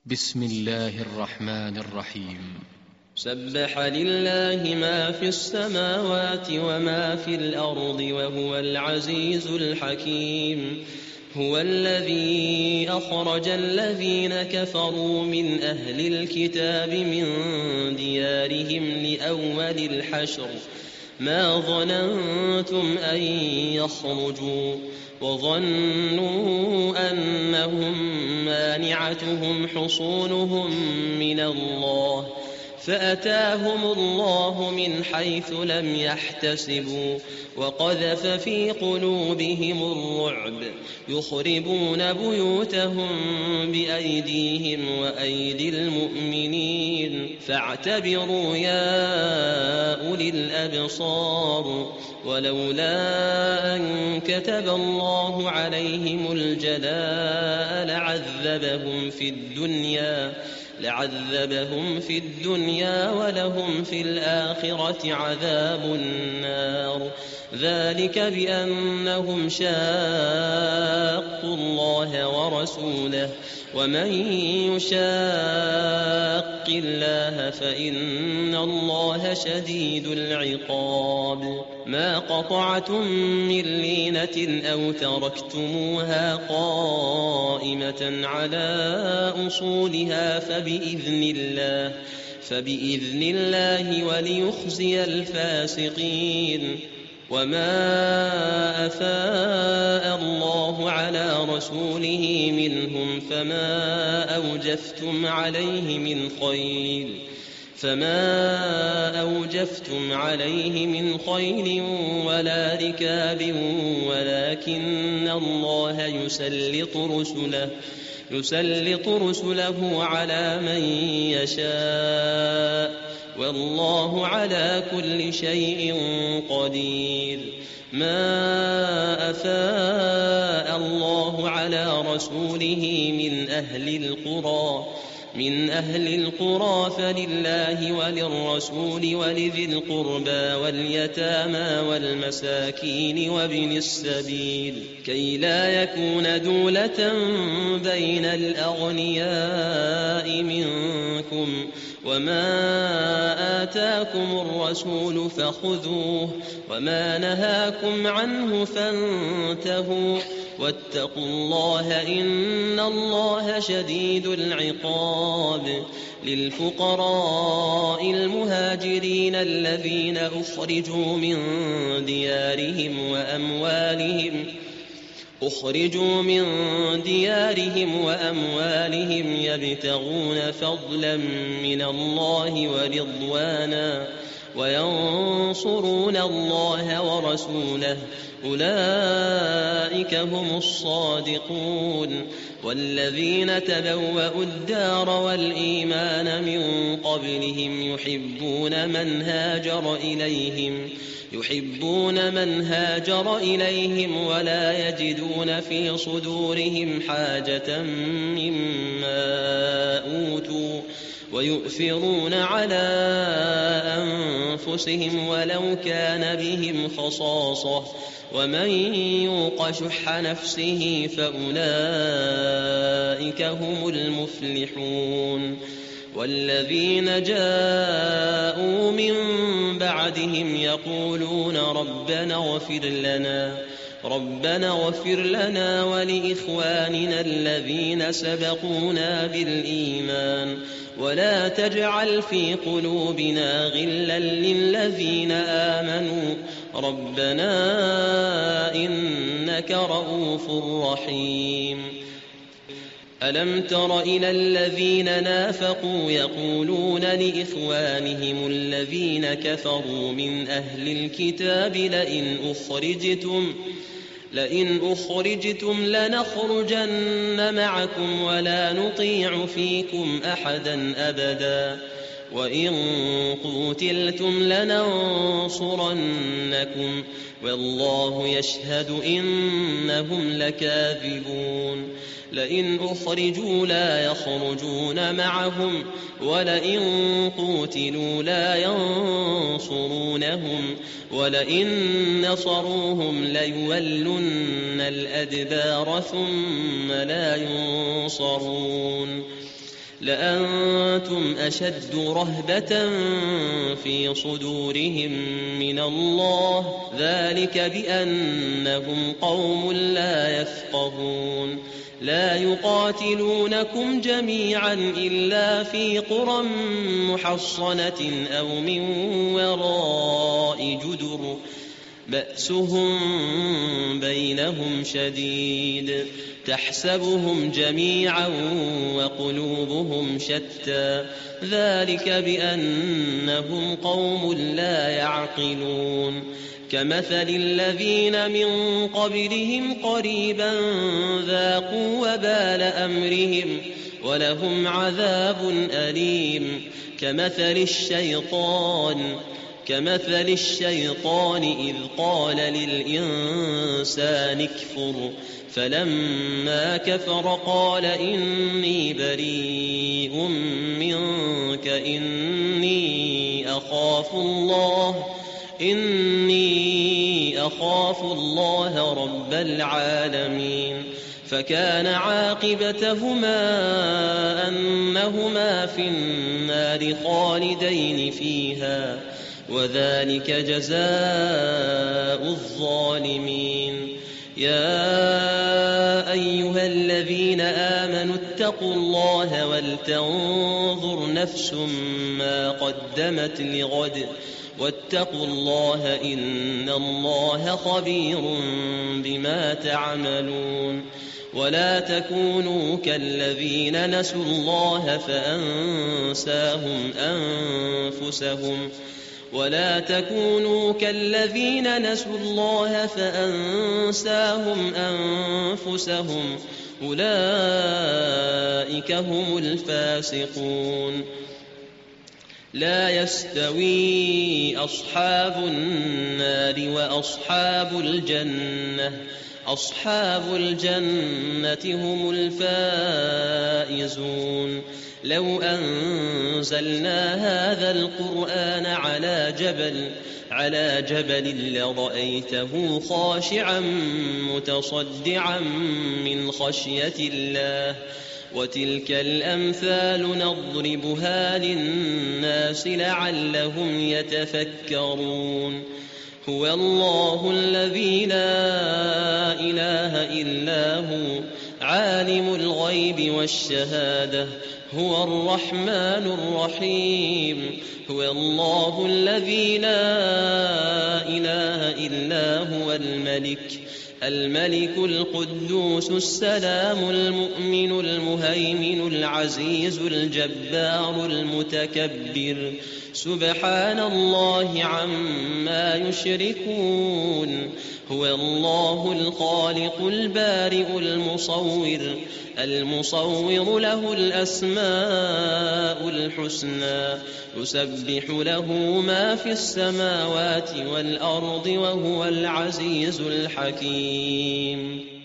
بسم الله الرحمن الرحيم. سبح لله ما في السماوات وما في الأرض وهو العزيز الحكيم. هو الذي أخرج الذين كفروا من أهل الكتاب من ديارهم لأول الحشر ما ظننتم أن يخرجوا وظنوا أنهم مانعتهم حصونهم من الله فأتاهم الله من حيث لم يحتسبوا وقذف في قلوبهم الرعب يخربون بيوتهم بأيديهم وأيدي المؤمنين فاعتبروا يا أولي الأبصار. ولولا أن كتب الله عليهم الجلاء لعذبهم في الدنيا ولهم في الآخرة عذاب النار. ذلك بأنهم شاقوا الله ورسوله ومن يشاق الله فإن الله شديد العقاب. ما قطعتم من لينة أو تركتموها قائمة على أصولها فبإذن الله وليخزي الفاسقين. وما أفاء الله على رسوله منهم فما أوجفتم عليه من خيل ولا ركاب ولكن الله يسلط رسله على من يشاء والله على كل شيء قدير. ما أفاء الله على رسوله من أهل القرى فلله وللرسول ولذي القربى واليتامى والمساكين وابن السبيل كي لا يكون دولة بين الأغنياء منكم. وما آتاكم الرسول فخذوه وما نهاكم عنه فانتهوا واتقوا الله إن الله شديد العقاب. للفقراء المهاجرين الذين أخرجوا من ديارهم وأموالهم يبتغون فضلا من الله ورضوانا وينصرون الله ورسوله أولئك هم الصادقون. والذين تبوأوا الدار والإيمان من قبلهم يحبون من هاجر إليهم ولا يجدون في صدورهم حاجة مما أوتوا ويؤثرون على أنفسهم ولو كان بهم خصاصة ومن يوق شح نفسه فأولئك هم المفلحون. والذين جاءوا من بعدهم يقولون ربنا اغفر لنا ولإخواننا الذين سبقونا بالإيمان ولا تجعل في قلوبنا غلا للذين آمنوا ربنا إنك رؤوف رحيم. ألم تر إلى الذين نافقوا يقولون لإخوانهم الذين كفروا من أهل الكتاب لئن أخرجتم لنخرجن معكم ولا نطيع فيكم أحدا أبدا وإن قوتلتم لننصرنكم والله يشهد إنهم لكاذبون. لئن أخرجوا لا يخرجون معهم ولئن قوتلوا لا ينصرونهم ولئن نصروهم ليولن الأدبار ثم لا ينصرون. لأنتم أشد رهبة في صدورهم من الله ذلك بأنهم قوم لا يفقهون لا يقاتلونكم جميعا إلا في قرى محصنة أو من وراء جدر بأسهم بينهم شديد تحسبهم جميعا وقلوبهم شتى ذلك بأنهم قوم لا يعقلون كمثل الذين من قبلهم قريبا ذاقوا وبال أمرهم ولهم عذاب أليم كمثل الشيطان إذ قال للإنسان اكفر فلما كفر قال إني بريء منك إني أخاف الله رب العالمين فكان عاقبتهما أنهما في النار خالدين فيها وذلك جزاء الظالمين يا أيها الذين آمنوا اتقوا الله ولتنظر نفس ما قدمت لغد واتقوا الله إن الله خبير بما تعملون ولا تكونوا كالذين نسوا الله فأنساهم أنفسهم أولئك هم الفاسقون لا يستوي أصحاب النار وأصحاب الجنة هم الفائزون لو أنزلنا هذا القرآن على جبل لرأيته خاشعا متصدعا من خشية الله وتلك الأمثال نضربها للناس لعلهم يتفكرون هو الله الذي لا إله إلا هو عالم الغيب والشهادة هو الرحمن الرحيم هو الله الذي لا إله إلا هو الملك القدوس السلام المؤمن المهيمن العزيز الجبار المتكبر سبحان الله عما يشركون هو الله الخالق البارئ المصور له الأسماء الحسنى يسبح له ما في السماوات والأرض وهو العزيز الحكيم